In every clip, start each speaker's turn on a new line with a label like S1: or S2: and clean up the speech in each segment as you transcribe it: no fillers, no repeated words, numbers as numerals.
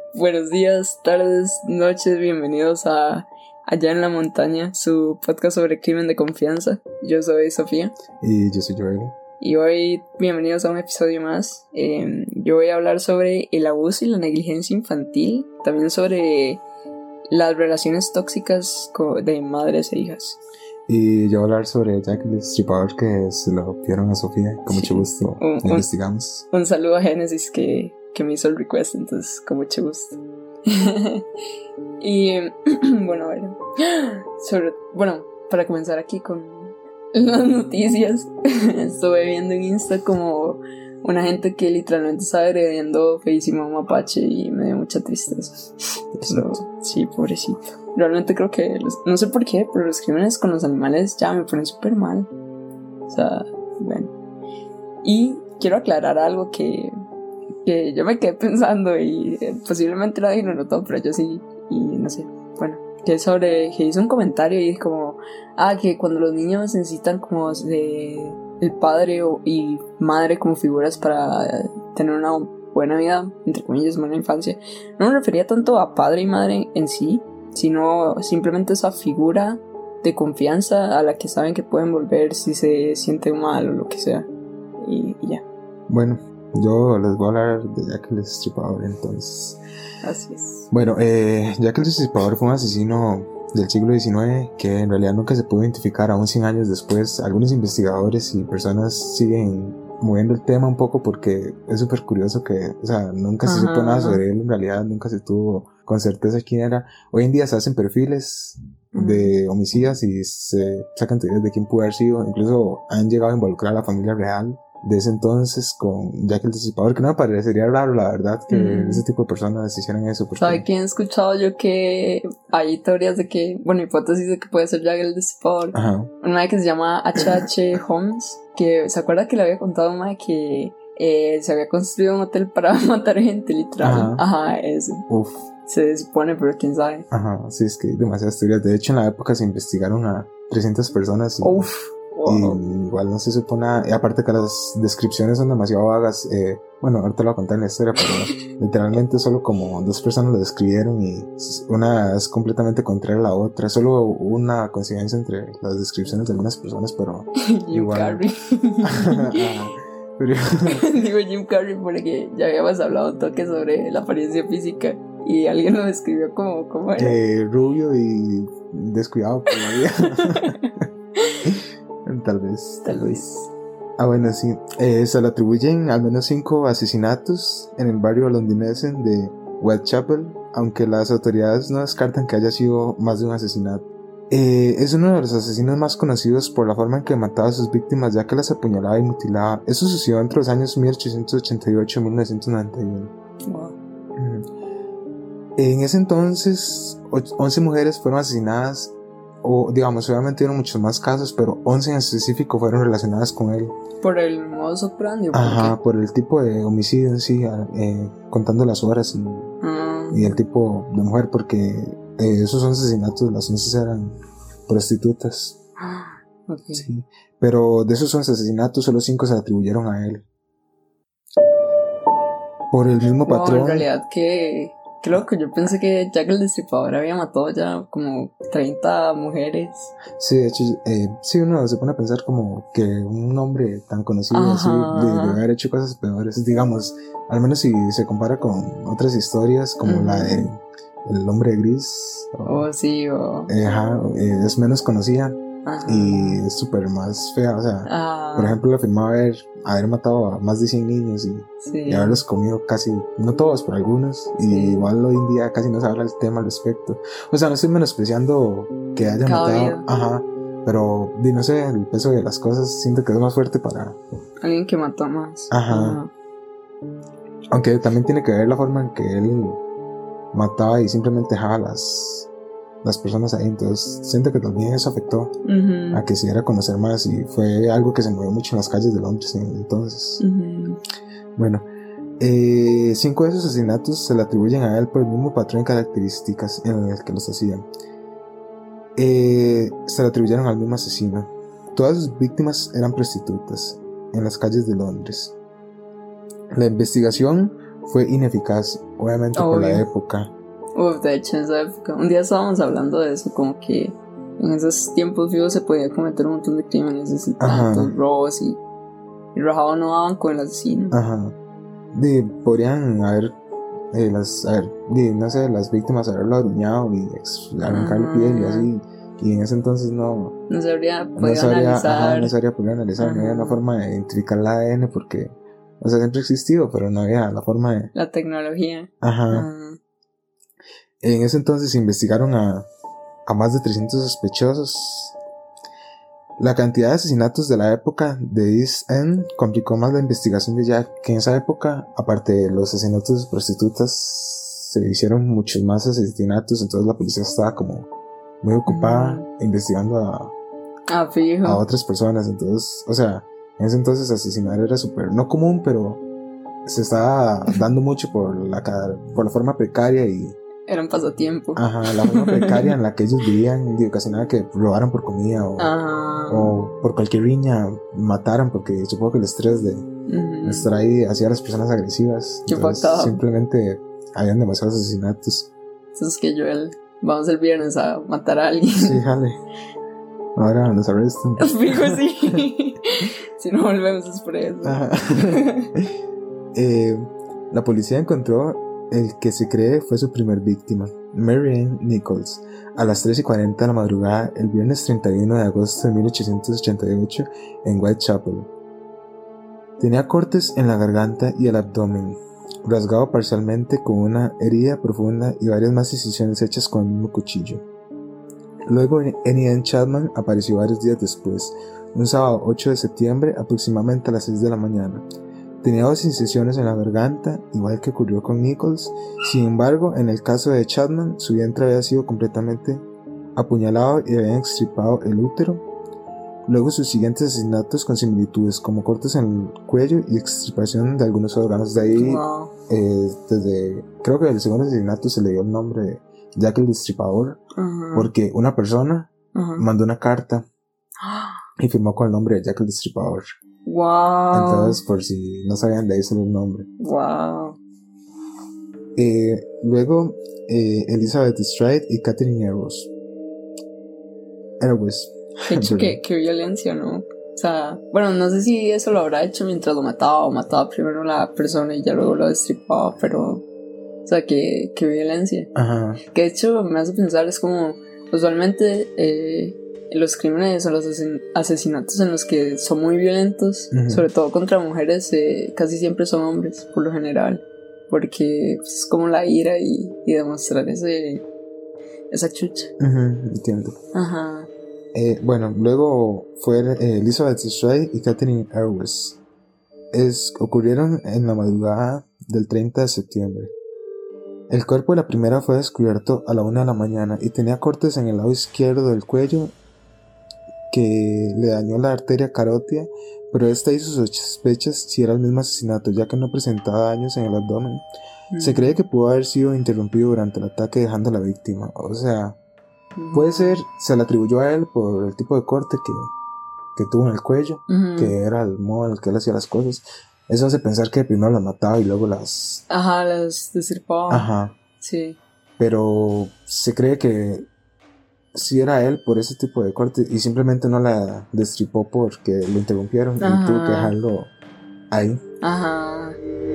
S1: Buenos días, tardes, noches, bienvenidos a Allá en la Montaña, su podcast sobre crimen de confianza. Yo soy Sofía.
S2: Y yo soy Joel.
S1: Y hoy, bienvenidos a un episodio más. Yo voy a hablar sobre el abuso y la negligencia infantil, también sobre las relaciones tóxicas de madres e hijas.
S2: Y yo voy a hablar sobre Jack el Destripador, que se lo pidieron a Sofía. Con mucho gusto investigamos.
S1: Un saludo a Génesis que me hizo el request, entonces con mucho gusto. Y bueno, a ver, para comenzar aquí con las noticias, estuve viendo en Insta como una gente que literalmente estaba agrediendo feísimo a un mapache y me dio mucha tristeza. Pero, sí, pobrecito. Realmente creo que, no sé por qué, pero los crímenes con los animales ya me ponen súper mal. O sea, bueno. Y quiero aclarar algo que yo me quedé pensando y posiblemente nadie lo notó, pero yo sí, y no sé, bueno, que hizo un comentario y es como, que cuando los niños necesitan como el padre y madre como figuras para tener una buena vida, entre comillas, buena infancia, no me refería tanto a padre y madre en sí, sino simplemente esa figura de confianza a la que saben que pueden volver si se sienten mal o lo que sea, y ya.
S2: Bueno, yo les voy a hablar de Jack el Destripador, entonces.
S1: Así es.
S2: Bueno, Jack el Destripador fue un asesino del siglo XIX que en realidad nunca se pudo identificar, aún 100 años después. Algunos investigadores y personas siguen moviendo el tema un poco porque es súper curioso que, o sea, nunca se supo nada sobre él, en realidad nunca se tuvo con certeza quién era. Hoy en día se hacen perfiles de homicidas y se sacan teorías de quién pudo haber sido, incluso han llegado a involucrar a la familia real de ese entonces con Jack el Destripador, que no me parecería raro, la verdad, que ese tipo de personas hicieran eso. Porque...
S1: ¿Sabe quién he escuchado yo que hay teorías de que, bueno, hipótesis de que puede ser Jack el Destripador?
S2: Ajá.
S1: Una que se llama H.H. Holmes, que se acuerda que le había contado a una que se había construido un hotel para matar gente, literal. Ajá, eso.
S2: Uf.
S1: Se supone, pero quién sabe.
S2: Ajá, sí, es que hay demasiadas teorías. De hecho, en la época se investigaron a 300 personas y...
S1: Uf. Wow.
S2: Y igual no se supo nada, y aparte que las descripciones son demasiado vagas. Bueno, ahorita lo voy a contar en la historia, pero literalmente solo como 2 personas lo describieron y una es completamente contraria a la otra. Solo hubo una coincidencia entre las descripciones de algunas personas, pero
S1: Jim Carrey.
S2: Pero...
S1: Digo Jim Carrey porque ya habíamos hablado un toque sobre la apariencia física y alguien lo describió como era.
S2: Rubio y descuidado por la vida. Tal vez. Bueno, sí. Se le atribuyen al menos 5 asesinatos en el barrio londinense de Whitechapel, aunque las autoridades no descartan que haya sido más de un asesinato. Es uno de los asesinos más conocidos por la forma en que mataba a sus víctimas, ya que las apuñalaba y mutilaba. Eso sucedió entre los años 1888 y 1991.
S1: Wow.
S2: En ese entonces, 11 mujeres fueron asesinadas. O digamos, obviamente hubieron muchos más casos, pero 11 en específico fueron relacionadas con él.
S1: ¿Por el modus operandi?
S2: Por el tipo de homicidio en sí, contando las horas y el tipo de mujer, porque esos 11 asesinatos, las 11 eran prostitutas.
S1: Okay.
S2: Sí, pero de esos 11 asesinatos, solo 5 se atribuyeron a él. Por el mismo patrón.
S1: En realidad, qué loco, yo pensé que Jack el Destripador había matado ya como 30 mujeres.
S2: Sí, de hecho, sí, uno se pone a pensar como que un hombre tan conocido así de haber hecho cosas peores, digamos, al menos si se compara con otras historias como la de El Hombre Gris. Es menos conocida. Y es súper más fea, o sea, por ejemplo, le afirmaba haber matado a más de 100 niños y haberlos comido casi, no todos, pero algunos, y igual hoy en día casi no se habla el tema al respecto. O sea, no estoy menospreciando que haya matado, pero no sé, el peso de las cosas siento que es más fuerte para
S1: alguien que mató más.
S2: Aunque también tiene que ver la forma en que él mataba y simplemente dejaba las personas ahí, entonces siento que también eso afectó a que se diera a conocer más y fue algo que se movió mucho en las calles de Londres entonces. Bueno, 5 de esos asesinatos se le atribuyen a él por el mismo patrón y características en el que los hacían. Se le atribuyeron al mismo asesino. Todas sus víctimas eran prostitutas en las calles de Londres. La investigación fue ineficaz, obviamente por la
S1: Obvio.
S2: época.
S1: De hecho, en esa época, un día estábamos hablando de eso, como que en esos tiempos vivos se podía cometer un montón de crímenes, así, tantos robos y rajado no daban con el asesino.
S2: Ajá. Podrían haber, no sé, las víctimas haberlo aruñado y arrancarle piel y así. Y en ese entonces no
S1: se habría podido analizar.
S2: No se habría podido analizar, no había una forma de identificar el ADN porque, o sea, siempre ha existido, pero no había la forma de...
S1: La tecnología.
S2: Ajá. En ese entonces investigaron a más de 300 sospechosos. La cantidad de asesinatos de la época de East End complicó más la investigación de Jack, que en esa época, aparte de los asesinatos de prostitutas, se hicieron muchos más asesinatos, entonces la policía estaba como muy ocupada investigando a otras personas. Entonces, o sea, en ese entonces asesinar era súper, no común, pero se estaba dando mucho por la forma precaria y...
S1: Era un pasatiempo.
S2: Ajá, la forma precaria en la que ellos vivían, y ocasionaba que robaran por comida o por cualquier riña mataran, porque supongo que el estrés de estar ahí hacía a las personas agresivas. Entonces, simplemente habían demasiados asesinatos.
S1: Entonces que Joel, vamos el viernes a matar a alguien.
S2: Sí, jale. Ahora nos arrestan.
S1: Fijo, sí. Si no volvemos es por eso.
S2: La policía encontró el que se cree fue su primer víctima, Mary Ann Nichols, a las 3:40 de la madrugada el viernes 31 de agosto de 1888 en Whitechapel. Tenía cortes en la garganta y el abdomen, rasgado parcialmente con una herida profunda y varias más incisiones hechas con el mismo cuchillo. Luego Annie Ann Chapman apareció varios días después, un sábado 8 de septiembre aproximadamente a las 6 de la mañana. Tenía 2 incisiones en la garganta, igual que ocurrió con Nichols. Sin embargo, en el caso de Chapman, su vientre había sido completamente apuñalado y habían extirpado el útero. Luego sus siguientes asesinatos con similitudes, como cortes en el cuello y extirpación de algunos órganos. De ahí, creo que el segundo asesinato se le dio el nombre de Jack el Destripador, porque una persona mandó una carta y firmó con el nombre de Jack el Destripador.
S1: Wow.
S2: Entonces, por si no sabían, de ahí salió el nombre.
S1: Wow.
S2: Luego, Elizabeth Stride y Catherine Erebus.
S1: Qué violencia, ¿no? O sea, bueno, no sé si eso lo habrá hecho mientras lo mataba o mataba primero a la persona y ya luego lo destripaba, pero, o sea, qué violencia.
S2: Ajá.
S1: Que de hecho me hace pensar, es como, usualmente los crímenes o los asesinatos en los que son muy violentos, sobre todo contra mujeres, casi siempre son hombres, por lo general, porque pues, es como la ira y demostrar esa chucha.
S2: Entiendo.
S1: Ajá.
S2: Bueno, luego fue Elizabeth Stride y Catherine Erebus. Ocurrieron en la madrugada del 30 de septiembre. El cuerpo de la primera fue descubierto a la 1 de la mañana y tenía cortes en el lado izquierdo del cuello que le dañó la arteria carótida, pero esta hizo sospechas si era el mismo asesinato, ya que no presentaba daños en el abdomen. Se cree que pudo haber sido interrumpido durante el ataque dejando a la víctima, o sea, puede ser, se le atribuyó a él por el tipo de corte que tuvo en el cuello, que era el modo en el que él hacía las cosas. Eso hace pensar que primero las mataba y luego las
S1: destripaba.
S2: Ajá.
S1: Sí.
S2: Pero se cree que sí era él por ese tipo de corte y simplemente no la destripó porque lo interrumpieron y tuvo que dejarlo ahí.
S1: Ajá.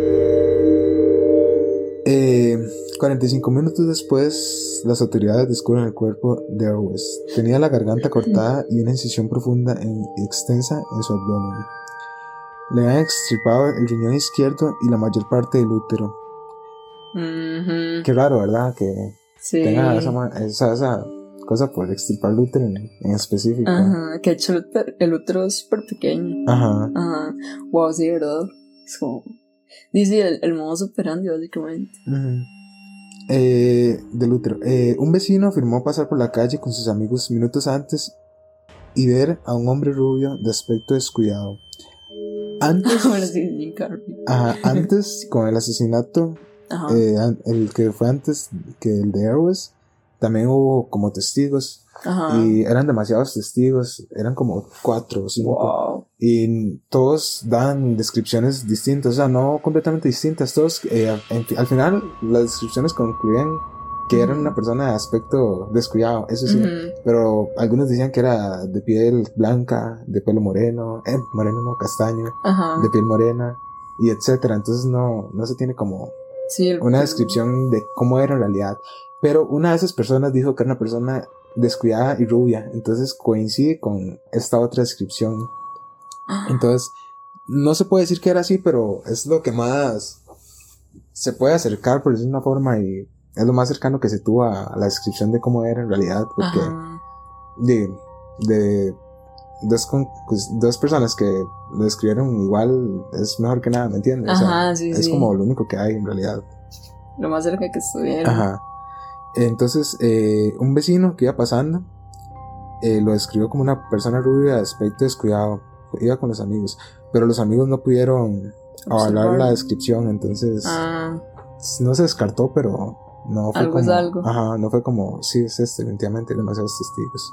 S2: 45 minutos después, las autoridades descubren el cuerpo de Erebus. Tenía la garganta cortada y una incisión profunda y extensa en su abdomen. Le habían extirpado el riñón izquierdo y la mayor parte del útero. Qué raro, ¿verdad? Que tenga esa cosa por extirpar el útero en específico.
S1: Ajá, que de hecho el útero es súper pequeño.
S2: Ajá.
S1: Wow, sí, ¿verdad? Es como... Dice el modo operandi, básicamente.
S2: Del útero. Un vecino afirmó pasar por la calle con sus amigos minutos antes y ver a un hombre rubio de aspecto descuidado. Antes, con el asesinato, el que fue antes que el de Erebus, también hubo como testigos. Y eran demasiados testigos, eran como 4 o 5.
S1: Wow.
S2: y todos dan descripciones distintas, o sea, no completamente distintas, todos al final las descripciones concluían que eran una persona de aspecto descuidado, eso sí, pero algunos decían que era de piel blanca, de pelo moreno, moreno no, castaño, de piel morena, y etcétera. Entonces no se tiene como una descripción de cómo era en realidad, pero una de esas personas dijo que era una persona descuidada y rubia, entonces coincide con esta otra descripción. Entonces no se puede decir que era así, pero es lo que más se puede acercar, por decirlo de una forma, y es lo más cercano que se tuvo a la descripción de cómo era en realidad, porque de dos personas que lo describieron igual es mejor que nada, ¿me entiendes?
S1: Ajá,
S2: o sea, es como lo único que hay en realidad,
S1: lo más cerca que estuvieron.
S2: Ajá. Entonces un vecino que iba pasando lo describió como una persona rubia de aspecto descuidado, iba con los amigos, pero los amigos no pudieron avalar la descripción, entonces no se descartó, pero no fue
S1: algo
S2: como,
S1: es algo.
S2: Ajá, no fue como, sí, es definitivamente, hay demasiados testigos.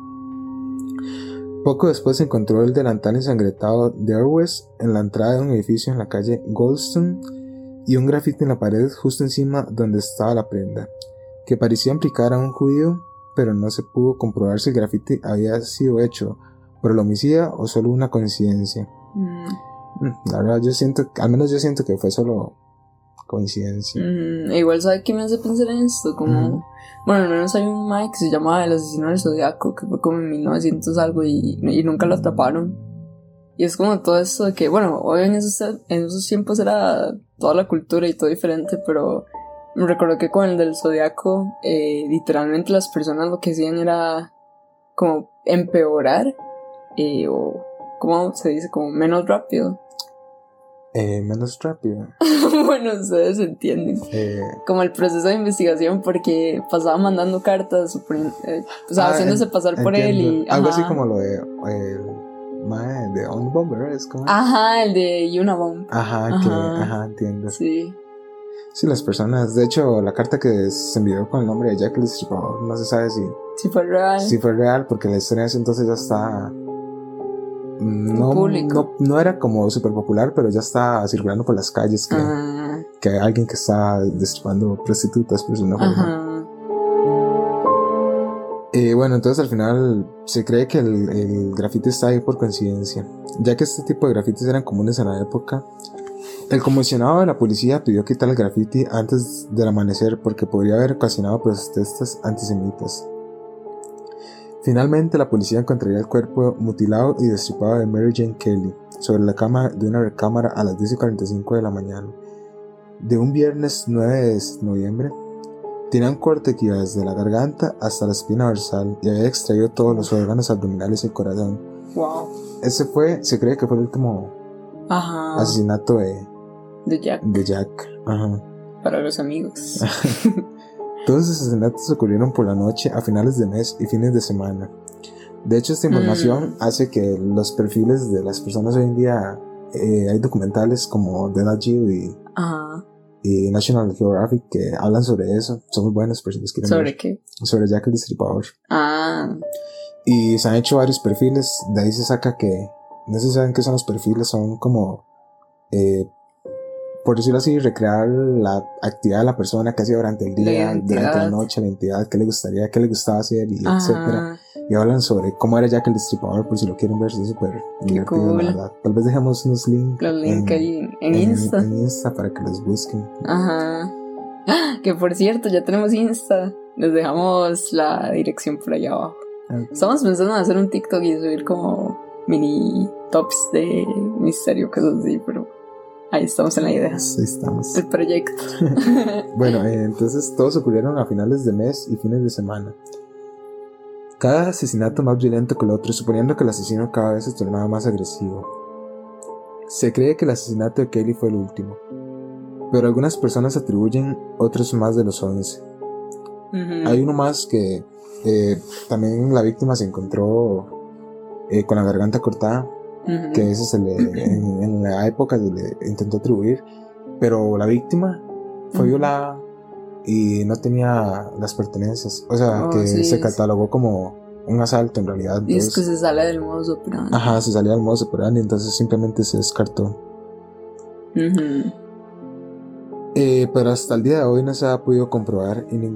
S2: Poco después se encontró el delantal ensangrentado de Orwes en la entrada de un edificio en la calle Goldstone y un grafiti en la pared justo encima donde estaba la prenda, que parecía implicar a un judío, pero no se pudo comprobar si el grafiti había sido hecho por el homicida o solo una coincidencia. La verdad, al menos yo siento que fue solo coincidencia.
S1: Igual, ¿sabe qué me hace pensar en esto? Como, bueno, al menos hay un mae que se llamaba El Asesino del Zodiaco, que fue como en 1900 algo y nunca lo atraparon. Y es como todo esto de que, bueno, hoy en esos tiempos era toda la cultura y todo diferente, pero me recuerdo que con el del Zodiaco, literalmente las personas lo que hacían era como empeorar, o, ¿cómo se dice? Como menos rápido.
S2: Menos rápido.
S1: Bueno, ustedes entienden. Como el proceso de investigación, porque pasaba mandando cartas, o sea, haciéndose pasar por él y...
S2: Algo así como lo de mae de Unabomber, ¿es como?
S1: Ajá, el de Unabomber.
S2: Ajá, entiendo.
S1: Sí.
S2: Sí, las personas, de hecho, la carta que se envió con el nombre de Jack el Destripador, no se sabe
S1: si fue real.
S2: Si fue real, porque la historia de ese entonces ya está... No era como súper popular, pero ya está circulando por las calles que hay alguien que está destripando prostitutas, por una forma. Bueno, entonces al final se cree que el grafiti está ahí por coincidencia, ya que este tipo de grafitis eran comunes en la época. El comisionado de la policía pidió quitar el grafiti antes del amanecer porque podría haber ocasionado protestas antisemitas. Finalmente, la policía encontraría el cuerpo mutilado y destripado de Mary Jane Kelly sobre la cama de una recámara a las 10:45 de la mañana de un viernes 9 de noviembre. Tenía un corte que iba desde la garganta hasta la espina dorsal y había extraído todos los órganos abdominales y el corazón.
S1: Wow.
S2: Se cree que fue el último asesinato de Jack. Ajá.
S1: Para los amigos.
S2: Todos los asesinatos ocurrieron por la noche, a finales de mes y fines de semana. De hecho, esta información hace que los perfiles de las personas hoy en día, hay documentales como The Nat Geo y National Geographic que hablan sobre eso. Son muy buenos por si los quieren ver.
S1: ¿Sobre qué?
S2: Sobre Jack el Destripador. Y se han hecho varios perfiles. De ahí se saca que, no sé si saben qué son los perfiles, son como... por decirlo así, recrear la actividad de la persona que hacía durante el día, durante la noche, la entidad, qué le gustaba hacer, y etcétera. Y hablan sobre cómo era Jack el Destripador, por si lo quieren ver, es súper divertido, la verdad. Tal vez dejemos unos links.
S1: Los links ahí en Insta.
S2: En Insta para que los busquen.
S1: Que por cierto, ya tenemos Insta. Les dejamos la dirección por allá abajo. Estamos pensando en hacer un TikTok y subir como mini tops de misterio, cosas así, pero... ahí estamos en la idea.
S2: Ahí estamos.
S1: El proyecto.
S2: Bueno, entonces todos ocurrieron a finales de mes y fines de semana. Cada asesinato más violento que el otro, suponiendo que el asesino cada vez se tornaba más agresivo. Se cree que el asesinato de Kelly fue el último, pero algunas personas atribuyen otros más de los 11. Hay uno más que también la víctima se encontró con la garganta cortada. Que ese se le en la época se le intentó atribuir, pero la víctima fue violada y no tenía las pertenencias, o sea que se catalogó como un asalto en realidad.
S1: Y es que se sale del modus operandi.
S2: Ajá, se salía del modus operandi, entonces simplemente se descartó. Pero hasta el día de hoy no se ha podido comprobar y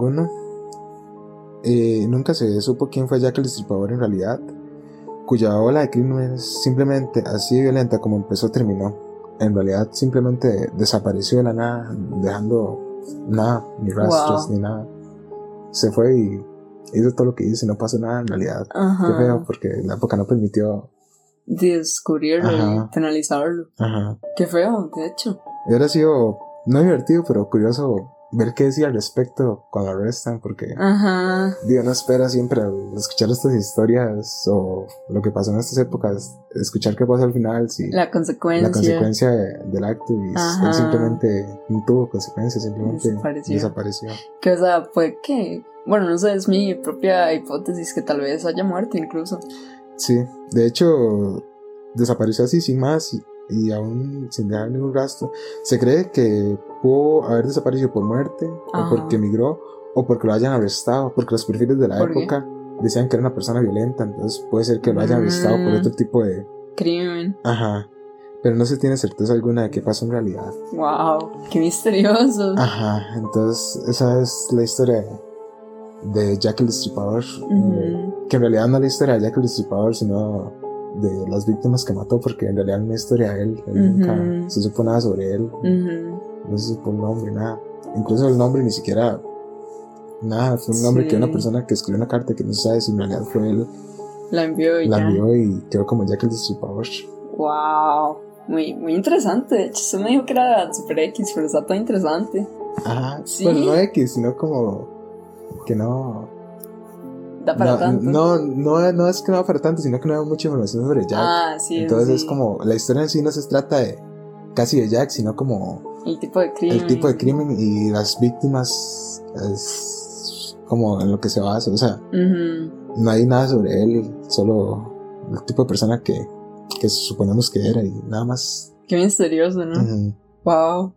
S2: nunca se supo quién fue Jack el Destripador en realidad, cuya ola de crímenes simplemente así de violenta como empezó terminó. En realidad simplemente desapareció de la nada, dejando nada, ni rastros, ni nada. Se fue y hizo todo lo que hizo y no pasó nada en realidad.
S1: Ajá.
S2: Qué feo, porque la época no permitió
S1: descubrirlo.
S2: Ajá.
S1: Y penalizarlo.
S2: Ajá.
S1: Qué feo, de hecho.
S2: Hubiera sido no divertido, pero curioso ver qué decía al respecto cuando lo arrestan, porque
S1: Ajá.
S2: digo, no espera siempre al escuchar estas historias o lo que pasó en estas épocas, escuchar qué pasó al final, si
S1: la consecuencia
S2: del acto, y
S1: Ajá.
S2: él simplemente no tuvo consecuencias, simplemente desapareció.
S1: Que o sea, fue que, bueno, no sé, es mi propia hipótesis, que tal vez haya muerto incluso.
S2: Sí, de hecho desapareció así sin más y aún sin dejar ningún rastro. Se cree que pudo haber desaparecido por muerte, o porque emigró, o porque lo hayan arrestado, porque los perfiles de la época decían que era una persona violenta, entonces puede ser que lo hayan arrestado por otro tipo de
S1: crimen.
S2: Ajá, pero no se tiene certeza alguna de qué pasó en realidad.
S1: Wow, qué misterioso.
S2: Ajá, entonces esa es la historia de Jack el Destripador, que en realidad no es la historia de Jack el Destripador, sino de las víctimas que mató, porque en realidad no es una historia de él. Nunca se supo nada sobre él. No se supo el nombre, nada. Incluso el nombre ni siquiera nada, fue un nombre que una persona que escribió una carta que no se sabe si en realidad fue él.
S1: La envió
S2: y quedó como Jack el Destripador.
S1: Wow, muy, muy interesante. De hecho, usted me dijo que era Super X, pero está tan interesante.
S2: Ajá,
S1: sí.
S2: Pues no X, sino como que no
S1: da para tanto.
S2: No es que no da para tanto, sino que no hay mucha información sobre Jack.
S1: Sí.
S2: Entonces es como, la historia en sí no se trata de casi de Jack, sino como
S1: el tipo de crimen
S2: y las víctimas es como en lo que se basa. O sea, no hay nada sobre él, solo el tipo de persona que suponemos que era y nada más.
S1: Qué misterioso, ¿no? Wow.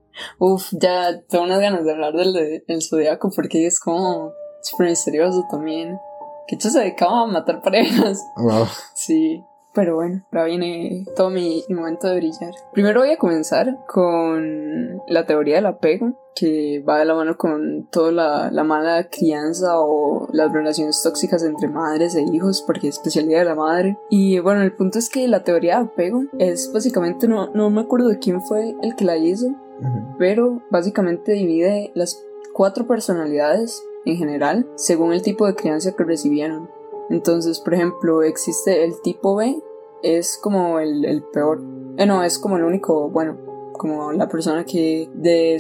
S1: Ya tengo unas ganas de hablar del Zodiaco, porque es como súper misterioso también. Que hecho se dedicaba a matar parejas.
S2: Wow.
S1: Sí. Pero bueno, ahora viene todo mi momento de brillar. Primero voy a comenzar con la teoría del apego, que va de la mano con toda la mala crianza o las relaciones tóxicas entre madres e hijos, porque es especialidad de la madre. Y bueno, el punto es que la teoría de apego es básicamente, no me acuerdo de quién fue el que la hizo, pero básicamente divide las 4 personalidades en general según el tipo de crianza que recibieron. Entonces, por ejemplo, existe el tipo B, es como el peor. Es como el único, bueno, como la persona que desde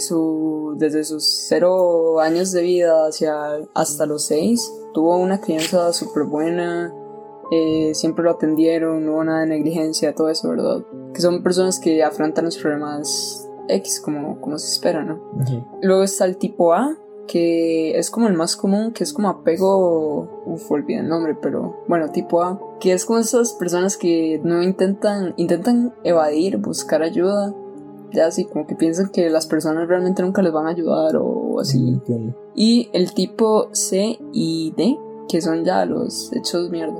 S1: sus 0 años de vida hasta los 6 tuvo una crianza súper buena, siempre lo atendieron, no hubo nada de negligencia, todo eso, ¿verdad? Que son personas que afrontan los problemas X como se espera, ¿no? Luego está el tipo A, que es como el más común, que es como apego, olvidé el nombre, pero bueno, tipo A, que es como esas personas que no intentan evadir, buscar ayuda, ya así como que piensan que las personas realmente nunca les van a ayudar o así. Y el tipo C y D, que son ya los hechos mierda.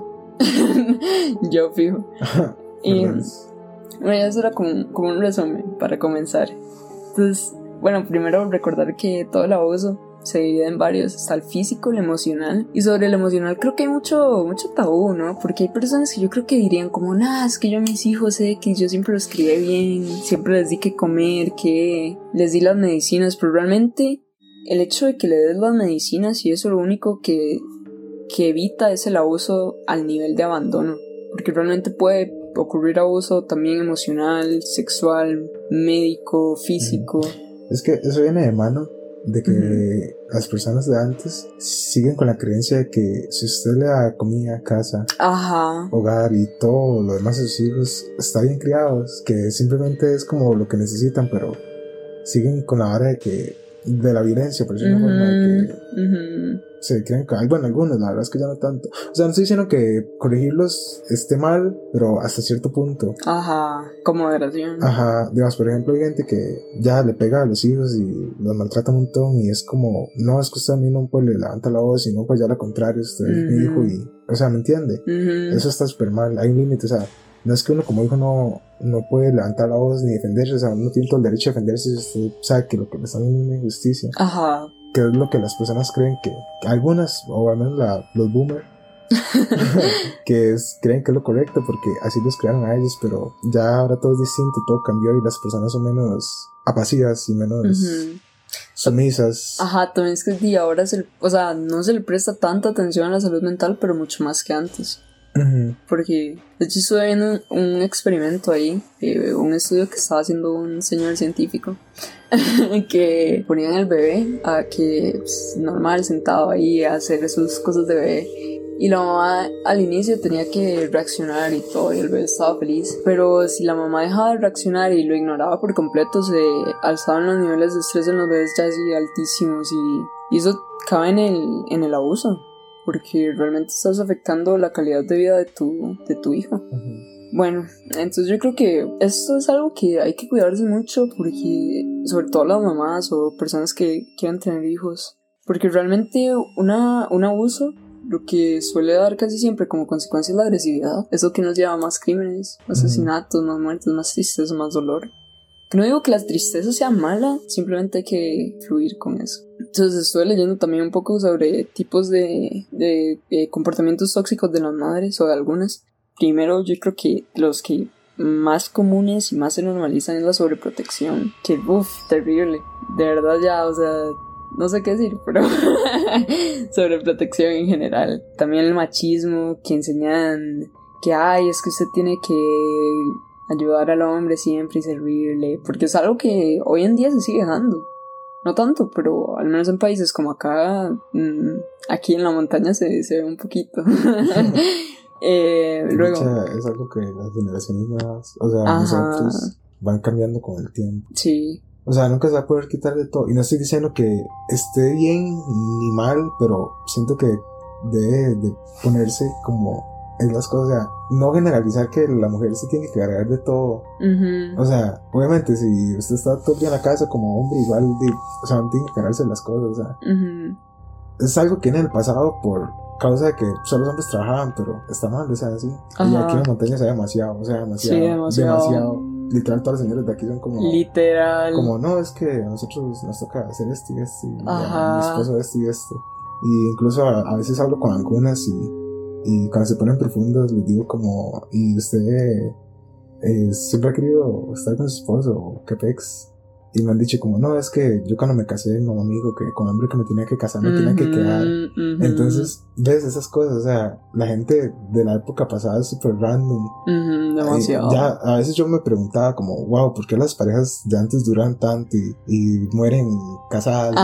S1: Yo fijo. Y bueno, eso era como un resumen para comenzar. Entonces, bueno, primero recordar que todo el abuso se divide en varios, está el físico, el emocional, y sobre el emocional creo que hay mucho tabú, ¿no? Porque hay personas que yo creo que dirían como, es que yo a mis hijos que yo siempre los crié bien, siempre les di que comer, que les di las medicinas, pero realmente el hecho de que le des las medicinas y eso lo único que evita es el abuso al nivel de abandono, porque realmente puede ocurrir abuso también emocional, sexual, médico, físico.
S2: Es que eso viene de mano de que las personas de antes siguen con la creencia de que si usted le da comida, casa, hogar y todo lo demás a sus hijos, está bien criados, que simplemente es como lo que necesitan, pero siguen con la vara de la violencia, por decirlo de una forma, de que se creen que, bueno, algunos, la verdad es que ya no tanto. O sea, no estoy diciendo que corregirlos esté mal, pero hasta cierto punto.
S1: Con moderación.
S2: Digamos, por ejemplo, hay gente que ya le pega a los hijos y los maltrata un montón y es como, no, es que usted a mí no pues le levanta la voz, sino pues ya lo contrario, usted es mi hijo y o sea, ¿me entiende? Eso está súper mal, hay un límite, o sea, no es que uno como hijo no puede levantar la voz ni defenderse, o sea, uno tiene todo el derecho a defenderse si usted sabe que lo que le están haciendo es una injusticia.
S1: Ajá.
S2: Que es lo que las personas creen que algunas, o al menos los boomers, creen que es lo correcto porque así los crearon a ellos, pero ya ahora todo es distinto, todo cambió y las personas son menos apacivas y menos sumisas.
S1: Ajá, también es que ahora o sea, no se le presta tanta atención a la salud mental, pero mucho más que antes. Porque de hecho estuve viendo un experimento ahí, un estudio que estaba haciendo un señor científico que ponían al bebé a que pues, normal sentado ahí a hacer sus cosas de bebé, y la mamá al inicio tenía que reaccionar y todo, y el bebé estaba feliz, pero si la mamá dejaba de reaccionar y lo ignoraba por completo, se alzaban los niveles de estrés en los bebés ya así altísimos, y eso cabe en el abuso, porque realmente estás afectando la calidad de vida de tu hijo. Bueno, entonces yo creo que esto es algo que hay que cuidarse mucho, porque sobre todo las mamás o personas que quieran tener hijos, porque realmente un abuso lo que suele dar casi siempre como consecuencia es la agresividad. Eso que nos lleva a más crímenes, asesinatos, más muertes, más tristeza, más dolor. Que no digo que la tristeza sea mala, simplemente hay que fluir con eso. Entonces estuve leyendo también un poco sobre tipos de comportamientos tóxicos de las madres, o de algunas. Primero, yo creo que los que más comunes y más se normalizan es la sobreprotección. Que terrible. De verdad ya, o sea, no sé qué decir, pero sobreprotección en general. También el machismo, que enseñan que es que usted tiene que ayudar al hombre siempre y servirle, porque es algo que hoy en día se sigue dando. No tanto, pero al menos en países como acá, aquí en la montaña se ve un poquito. Luego,
S2: es algo que las generaciones nuevas, o sea, nosotros van cambiando con el tiempo.
S1: Sí.
S2: O sea, nunca se va a poder quitar de todo. Y no estoy diciendo que esté bien ni mal, pero siento que debe de ponerse como es las cosas. O sea, no generalizar que la mujer se tiene que cargar de todo. O sea, obviamente si usted está todo el día en la casa como hombre, igual, o sea, no tiene que cargarse de las cosas. O sea, es algo que en el pasado por causa de que solo los hombres trabajaban, pero está mal, o sea, así. Y aquí en la montaña se ve demasiado, o sea, demasiado. Literal, todas las señoras de aquí son como...
S1: Literal.
S2: Como, no, es que a nosotros nos toca hacer esto y esto, y a mi esposo esto y esto. Y incluso a veces hablo con algunas y cuando se ponen profundas les digo como, ¿y usted siempre ha querido estar con su esposo o qué pex? Y me han dicho como, no, es que yo cuando me casé, mi amigo, que con el hombre que me tenía que casar, me tenía que quedar. Entonces, ves esas cosas, o sea, la gente de la época pasada es súper random.
S1: Demasiado.
S2: Ya, a veces yo me preguntaba como, wow, ¿por qué las parejas de antes duran tanto y mueren casadas?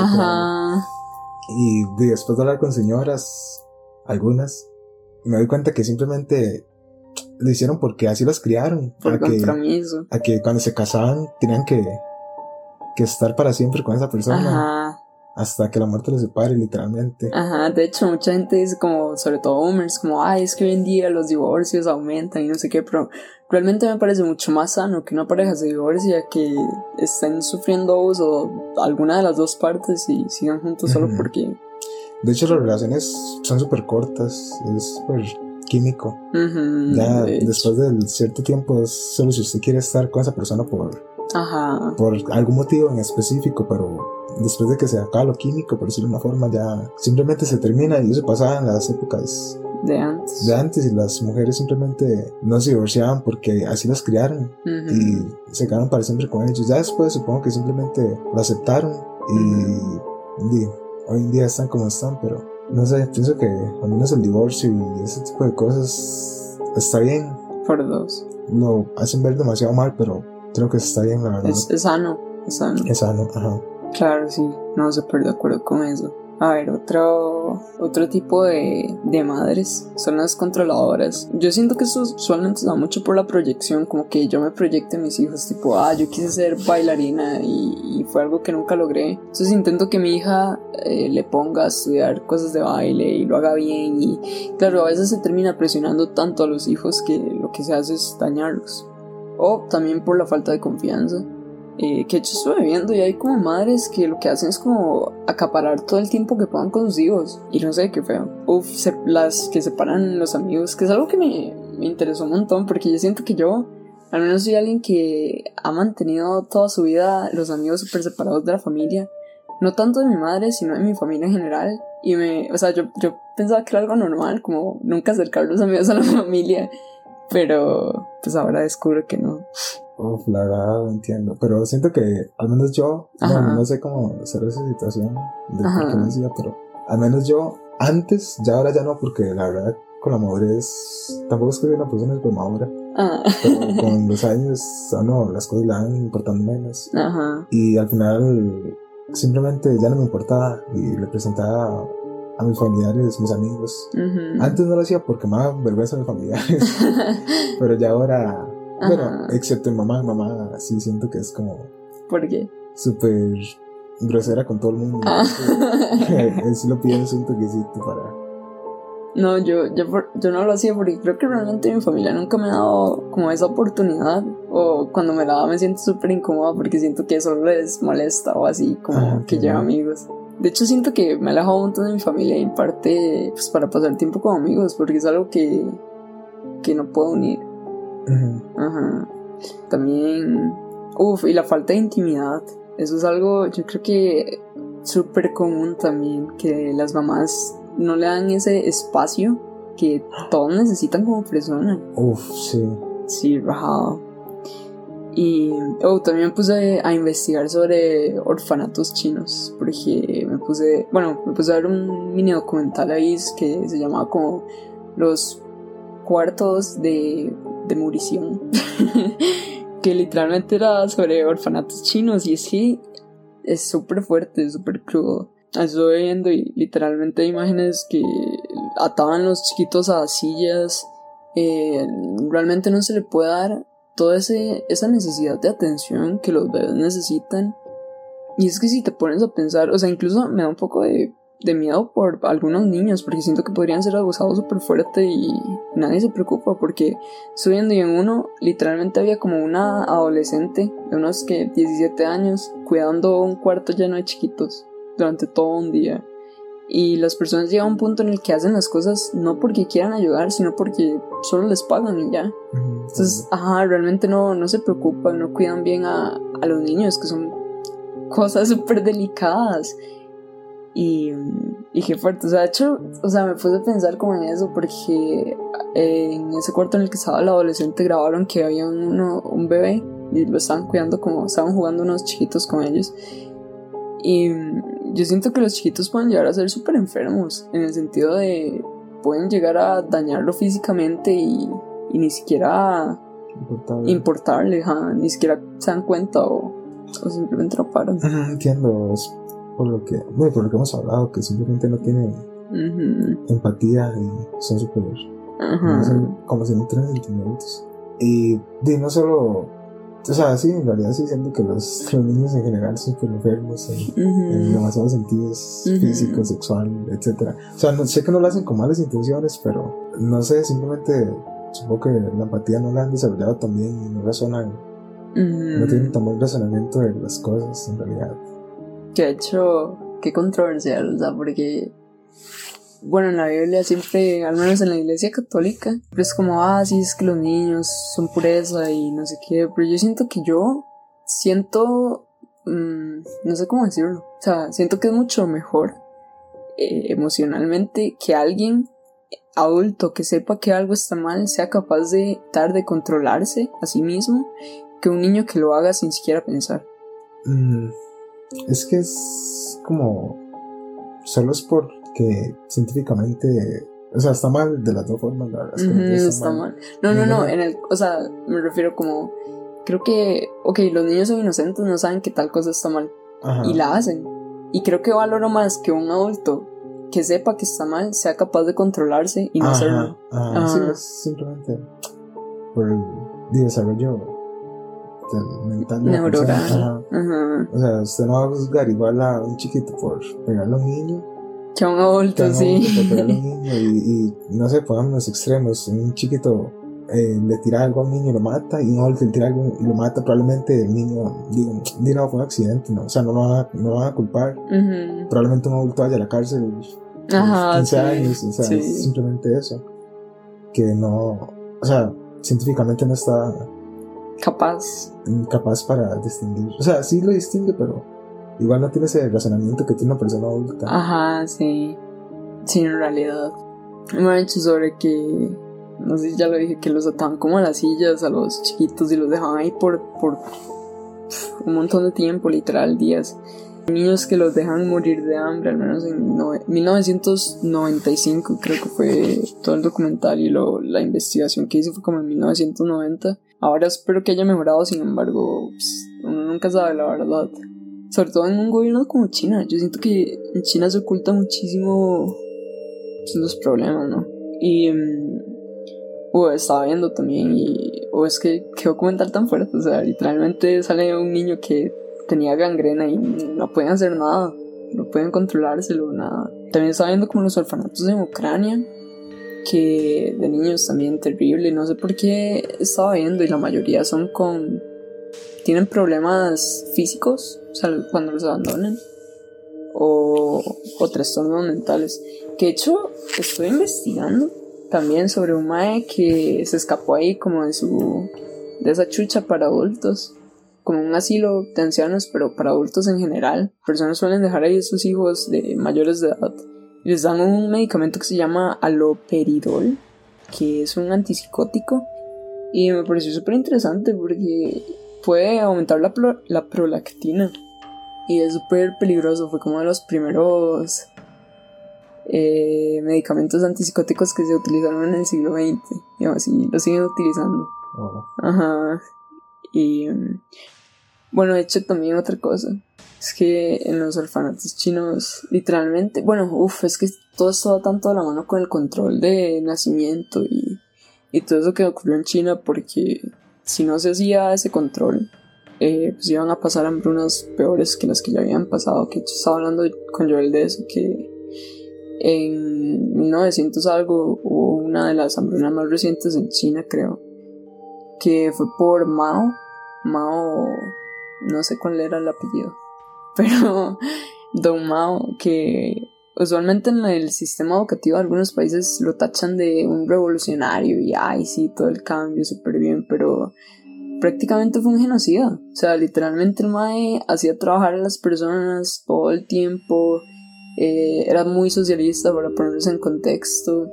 S2: Y después de hablar con señoras, algunas, me doy cuenta que simplemente lo hicieron porque así las criaron.
S1: Por compromiso.
S2: A que cuando se casaban tenían que estar para siempre con esa persona. Hasta que la muerte los separe, literalmente.
S1: De hecho mucha gente dice como, sobre todo boomers, como, es que hoy en día los divorcios aumentan y no sé qué, pero realmente me parece mucho más sano que una pareja se divorcie a que estén sufriendo abuso alguna de las dos partes y sigan juntos solo porque...
S2: De hecho las relaciones son súper cortas, es súper químico. Ya después de cierto tiempo, solo si usted quiere estar con esa persona por algún motivo en específico, pero después de que se acaba lo químico, por decirlo de una forma, ya simplemente se termina. Y eso pasaba en las épocas de antes, y las mujeres simplemente no se divorciaban porque así las criaron y se quedaron para siempre con ellos. Ya después supongo que simplemente lo aceptaron y hoy en día están como están, pero no sé, pienso que al menos el divorcio y ese tipo de cosas está bien.
S1: Por dos.
S2: Lo hacen ver demasiado mal, pero creo que está bien, la verdad.
S1: Es sano. Es sano, Claro, sí, no, súper de acuerdo con eso. A ver, otro tipo de madres son las controladoras. Yo siento que eso usualmente se da mucho por la proyección, como que yo me proyecte a mis hijos, tipo, yo quise ser bailarina y fue algo que nunca logré. Entonces intento que mi hija le ponga a estudiar cosas de baile y lo haga bien, y claro, a veces se termina presionando tanto a los hijos que lo que se hace es dañarlos. O también por la falta de confianza. que de hecho estuve viendo y hay como madres que lo que hacen es como acaparar todo el tiempo que puedan con sus hijos y no sé, qué feo. Las que separan los amigos, que es algo que me interesó un montón porque yo siento que yo al menos soy alguien que ha mantenido toda su vida los amigos súper separados de la familia, no tanto de mi madre sino de mi familia en general, y o sea, yo pensaba que era algo normal como nunca acercar los amigos a la familia, pero pues ahora descubro que no.
S2: La verdad no entiendo, pero siento que al menos yo, no sé cómo hacer esa situación de por qué me decía, pero al menos yo antes, ya ahora ya no, porque la verdad con la madurez tampoco es que soy una persona súper madura, pero con los años las cosas le van importando menos, y al final simplemente ya no me importaba y le presentaba a mis familiares, mis amigos. Antes no lo hacía porque me daba vergüenza a mis familiares, pero ya ahora, bueno, excepto mi mamá sí siento que es como...
S1: ¿Por qué?
S2: Súper grosera con todo el mundo. Él lo pienso un toquecito para...
S1: No, yo no lo hacía porque creo que realmente mi familia nunca me ha dado como esa oportunidad, o cuando me la da me siento súper incómoda porque siento que eso les molesta o así, como que lleva amigos. De hecho siento que me he alejado un montón de mi familia y en parte pues para pasar tiempo con amigos porque es algo que no puedo unir. También y la falta de intimidad, eso es algo yo creo que súper común también, que las mamás no le dan ese espacio que todos necesitan como persona. Sí, rajado. Y también me puse a investigar sobre orfanatos chinos, porque me puse a ver un mini documental ahí que se llamaba como los cuartos de murición que literalmente era sobre orfanatos chinos, y es que es súper fuerte, súper crudo. Estuve viendo y literalmente hay imágenes que ataban los chiquitos a sillas. Realmente no se le puede dar toda esa necesidad de atención que los bebés necesitan. Y es que si te pones a pensar, o sea, incluso me da un poco de miedo por algunos niños, porque siento que podrían ser abusados súper fuerte y nadie se preocupa, porque estoy viendo y en uno literalmente había como una adolescente de unos 17 años cuidando un cuarto lleno de chiquitos durante todo un día. Y las personas llegan a un punto en el que hacen las cosas no porque quieran ayudar, sino porque solo les pagan y ya. Entonces, realmente no se preocupan, no cuidan bien a los niños, que son cosas súper delicadas. Y qué fuerte, o sea, de hecho, me puse a pensar como en eso, porque en ese cuarto en el que estaba la adolescente grabaron que había un bebé y lo estaban cuidando, como estaban jugando unos chiquitos con ellos. Y yo siento que los chiquitos pueden llegar a ser súper enfermos, en el sentido de pueden llegar a dañarlo físicamente y ni siquiera importarle, ni siquiera se dan cuenta o simplemente lo paran.
S2: Entiendo, es por lo que hemos hablado, que simplemente no tienen empatía y son súper como si no tienen sentimientos. Y no solo, o sea, sí, en realidad sí siento que los niños en general son súper enfermos en demasiados sentidos, físico, sexual, etc. O sea, sé que no lo hacen con malas intenciones, pero no sé, simplemente supongo que la empatía no la han desarrollado también y no razonan, no tienen tan buen razonamiento de las cosas en realidad.
S1: Que de hecho, qué controversial, o sea, porque en la Biblia siempre, al menos en la iglesia católica, es como, sí, es que los niños son pureza y no sé qué, pero yo siento, no sé cómo decirlo, o sea, siento que es mucho mejor emocionalmente que alguien adulto que sepa que algo está mal sea capaz de tratar de controlarse a sí mismo, que un niño que lo haga sin siquiera pensar.
S2: Es que es como, solo es porque científicamente, o sea, está mal de las dos formas, la verdad es que
S1: está mal. No, o sea, me refiero como, creo que, los niños son inocentes, no saben que tal cosa está mal, y la hacen, y creo que valoro más que un adulto que sepa que está mal sea capaz de controlarse y no hacerlo.
S2: Sí, es simplemente por el desarrollo mental de
S1: neuronal.
S2: O sea, usted no va a juzgar igual a un chiquito por pegarle a un niño
S1: que a un adulto,
S2: por pegarle a un niño, y no sé, pongamos los extremos, un chiquito le tira algo a un niño y lo mata, y no, le tira algo y lo mata, probablemente el niño diga, no, fue un accidente, ¿no? O sea, no lo van a culpar. Probablemente un adulto vaya a la cárcel 15 años, o sea, es simplemente eso. Que no, o sea, científicamente no está capaz para distinguir. O sea, sí lo distingue, pero igual no tiene ese razonamiento que tiene una persona adulta.
S1: Ajá, sí. Sí, en realidad. Me han hecho sobre que, no sé si ya lo dije, que los ataban como a las sillas a los chiquitos y los dejaban ahí por un montón de tiempo, literal, días. Niños que los dejan morir de hambre, al menos en 1995 creo que fue todo el documental, y la investigación que hice fue como en 1990. Ahora espero que haya mejorado, sin embargo, pues, uno nunca sabe la verdad. Sobre todo en un gobierno como China. Yo siento que en China se oculta muchísimo, pues, los problemas, ¿no? Y estaba viendo también, es que qué documental tan fuerte. O sea, literalmente sale un niño que tenía gangrena y no pueden hacer nada, no pueden controlárselo, nada. También estaba viendo como los orfanatos en Ucrania, que de niños también terrible, no sé por qué estaba viendo, y la mayoría tienen problemas físicos, o sea, cuando los abandonan, o trastornos mentales. Que de hecho estoy investigando también sobre un mae que se escapó ahí como de esa chucha para adultos, como un asilo de ancianos, pero para adultos en general. Personas suelen dejar ahí a sus hijos de mayores de edad y les dan un medicamento que se llama aloperidol, que es un antipsicótico, y me pareció súper interesante porque puede aumentar la prolactina y es súper peligroso. Fue como de los primeros medicamentos antipsicóticos que se utilizaron en el siglo XX, y así lo siguen utilizando. Ajá. Y bueno, de hecho también otra cosa es que en los orfanatos chinos, literalmente, es que todo esto va tanto a la mano con el control de nacimiento y todo eso que ocurrió en China, porque si no se hacía ese control, pues iban a pasar hambrunas peores que las que ya habían pasado. Que yo estaba hablando con Joel de eso, que en 1900 algo hubo una de las hambrunas más recientes en China, creo, que fue por Mao, no sé cuál era el apellido, pero Don Mao, que usualmente en el sistema educativo de algunos países lo tachan de un revolucionario y sí, todo el cambio súper bien, pero prácticamente fue un genocida. O sea, literalmente el mae hacía trabajar a las personas todo el tiempo, era muy socialista, para ponerse en contexto.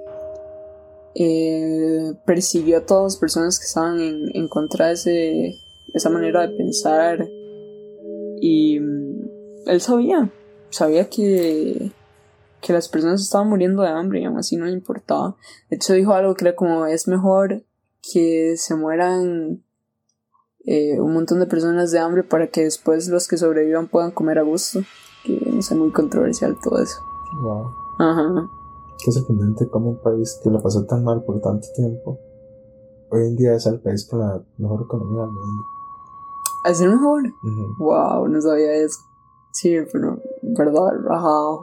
S1: Persiguió a todas las personas que estaban en contra de esa manera de pensar, y él sabía que las personas estaban muriendo de hambre y aún así no le importaba. De hecho dijo algo que era como: es mejor que se mueran un montón de personas de hambre para que después los que sobrevivan puedan comer a gusto. Que no sé, muy controversial todo eso.
S2: Wow.
S1: Ajá.
S2: Qué sorprendente cómo un país que lo pasó tan mal por tanto tiempo hoy en día es el país con la mejor economía del mundo.
S1: ¿Es el mejor? Wow, no sabía eso. Sí, pero verdad, rajado.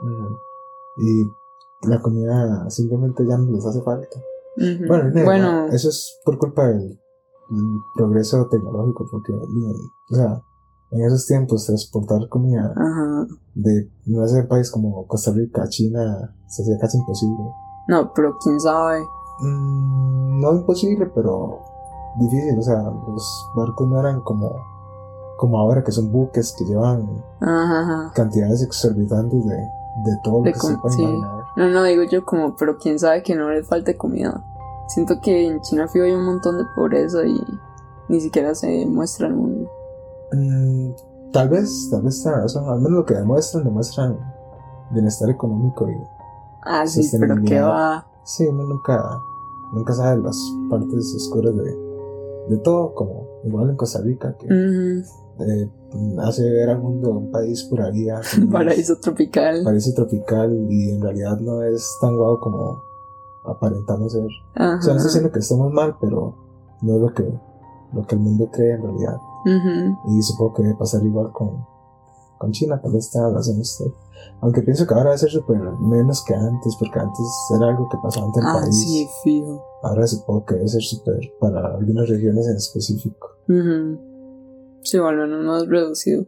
S2: Y la comida simplemente ya no les hace falta. Bueno, eso es por culpa del progreso tecnológico, porque o sea, en esos tiempos transportar comida de no sé, país como Costa Rica, China, se hacía casi imposible.
S1: No, pero quién sabe.
S2: No imposible, pero difícil. O sea, los barcos no eran como ahora, que son buques que llevan cantidades exorbitantes de todo lo que se puede imaginar.
S1: No digo yo como, pero quién sabe que no les falte comida. Siento que en China hay un montón de pobreza y ni siquiera se muestra al mundo.
S2: Tal vez tenga razón. Al menos lo que demuestran bienestar económico y
S1: sí, pero qué va.
S2: Sí, uno nunca sabe las partes oscuras de todo, como igual en Costa Rica, que hace ver al mundo un país pura vida,
S1: paraíso tropical,
S2: y en realidad no es tan guau como aparentamos ser. O sea, no estoy diciendo que estamos mal, pero no es lo que el mundo cree en realidad. Y supongo que debe pasar igual con con China, tal vez tenga razón usted. Aunque pienso que ahora va a ser súper menos que antes, porque antes era algo que pasaba ante el país.
S1: Sí, fijo.
S2: Ahora supongo que debe ser súper para algunas regiones en específico.
S1: Sí, bueno, no más reducido.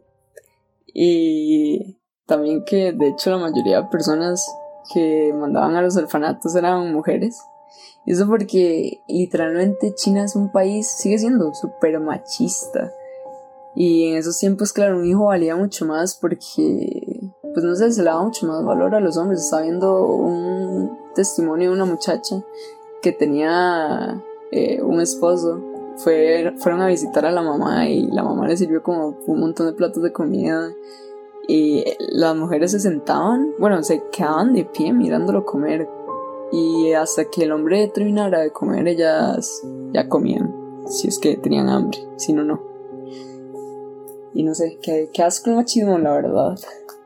S1: Y también que de hecho la mayoría de personas que mandaban a los orfanatos eran mujeres. Y eso porque literalmente China es un país, sigue siendo súper machista. Y en esos tiempos, claro, un hijo valía mucho más porque, pues no sé, se le daba mucho más valor a los hombres. Estaba viendo un testimonio de una muchacha que tenía un esposo. Fueron a visitar a la mamá y la mamá le sirvió como un montón de platos de comida. Y las mujeres se sentaban, bueno, se quedaban de pie mirándolo comer. Y hasta que el hombre terminara de comer, ellas ya comían. Si es que tenían hambre, si no, no. Y no sé, qué asco el machismo, la verdad.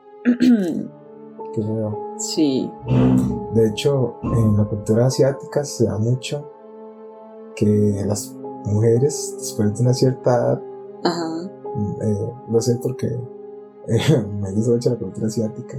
S2: Qué feo.
S1: Sí.
S2: De hecho, en la cultura asiática se da mucho que las mujeres, después de una cierta edad, lo sé porque me gusta mucho la cultura asiática.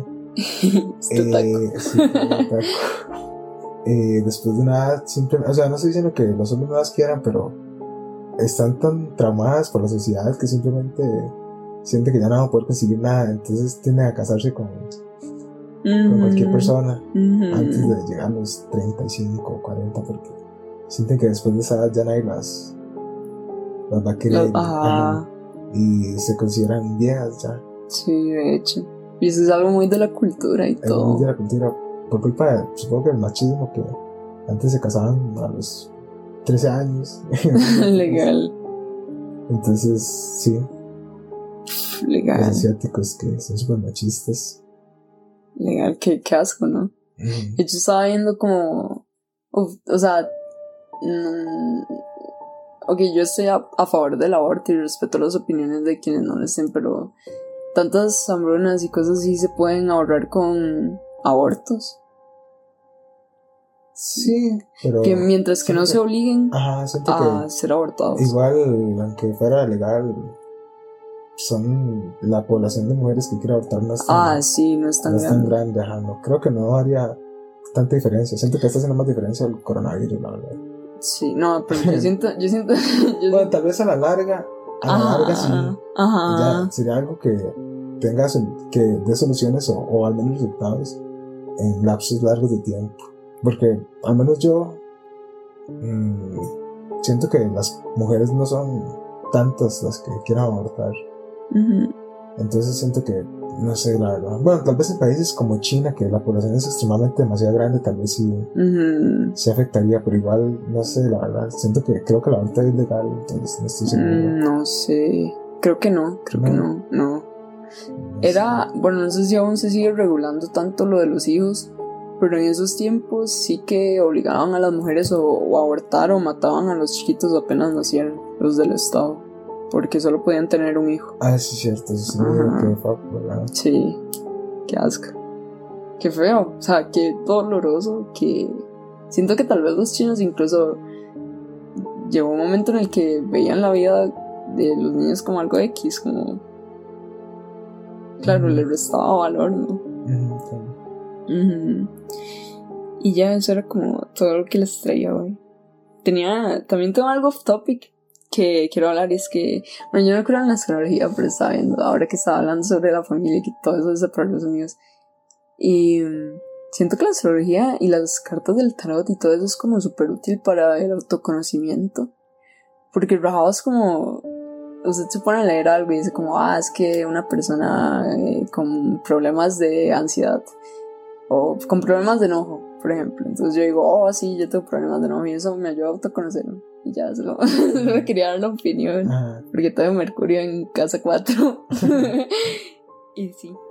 S2: Después de una edad, simplemente, o sea, no estoy diciendo que los hombres no las quieran, pero están tan traumadas por la sociedad que simplemente sienten que ya no van a poder conseguir nada, entonces tienden a casarse con cualquier persona antes de llegar a los 35 o 40, porque sienten que después de esa edad ya nadie las va a querer y se consideran viejas ya.
S1: Sí, de hecho. Y eso es algo muy de la cultura y todo.
S2: Muy de la cultura, por culpa de, supongo que el machismo, que antes se casaban a los 13 años.
S1: Legal.
S2: Entonces, sí.
S1: Legal.
S2: Los asiáticos que son súper machistas.
S1: Legal, qué asco, ¿no? Yo estaba viendo como... o sea... ok, yo estoy a favor del aborto y respeto las opiniones de quienes no lo estén, pero... tantas hambrunas y cosas así se pueden ahorrar con abortos.
S2: Sí, pero...
S1: que mientras que no se obliguen
S2: a
S1: ser abortados.
S2: Igual, aunque fuera legal, son la población de mujeres que quiere abortar no es tan grande. No, creo que no haría tanta diferencia. Siento que está haciendo más diferencia el coronavirus, la verdad.
S1: Sí, no, pero yo siento
S2: bueno, tal vez a la larga sí. Ya sería algo que tenga que dé soluciones o al menos resultados en lapsos largos de tiempo. Porque al menos yo siento que las mujeres no son tantas las que quieran abortar. Entonces siento que, no sé, la verdad. Bueno, tal vez en países como China, que la población es extremadamente demasiado grande, tal vez sí se afectaría, pero igual, no sé, la verdad. Siento que creo que la aborto es legal, entonces no estoy seguro.
S1: No sé, creo que no. Era, bueno, no sé si aún se sigue regulando tanto lo de los hijos, pero en esos tiempos sí que obligaban a las mujeres o a abortar o mataban a los chiquitos apenas nacieron, los del estado, porque solo podían tener un hijo.
S2: Sí, cierto, eso sí, ¿verdad?
S1: Sí, qué asco, qué feo, o sea, qué doloroso, que siento que tal vez los chinos incluso llegó un momento en el que veían la vida de los niños como algo X, como claro, le restaba valor, ¿no? Y ya eso era como todo lo que les traía hoy. También tengo algo off topic que quiero hablar, y es que, bueno, yo no creo en la astrología, pero estaba viendo, ahora que estaba hablando sobre la familia y que todo eso es de problemas míos, y siento que la astrología y las cartas del tarot y todo eso es como súper útil para el autoconocimiento, porque rajado es como, usted se pone a leer algo y dice como, es que una persona con problemas de ansiedad o con problemas de enojo, por ejemplo. Entonces yo digo, sí, yo tengo problemas de enojo, y eso me ayuda a autoconocerme. Y ya solo quería dar la opinión, porque tengo Mercurio en casa 4. Y sí,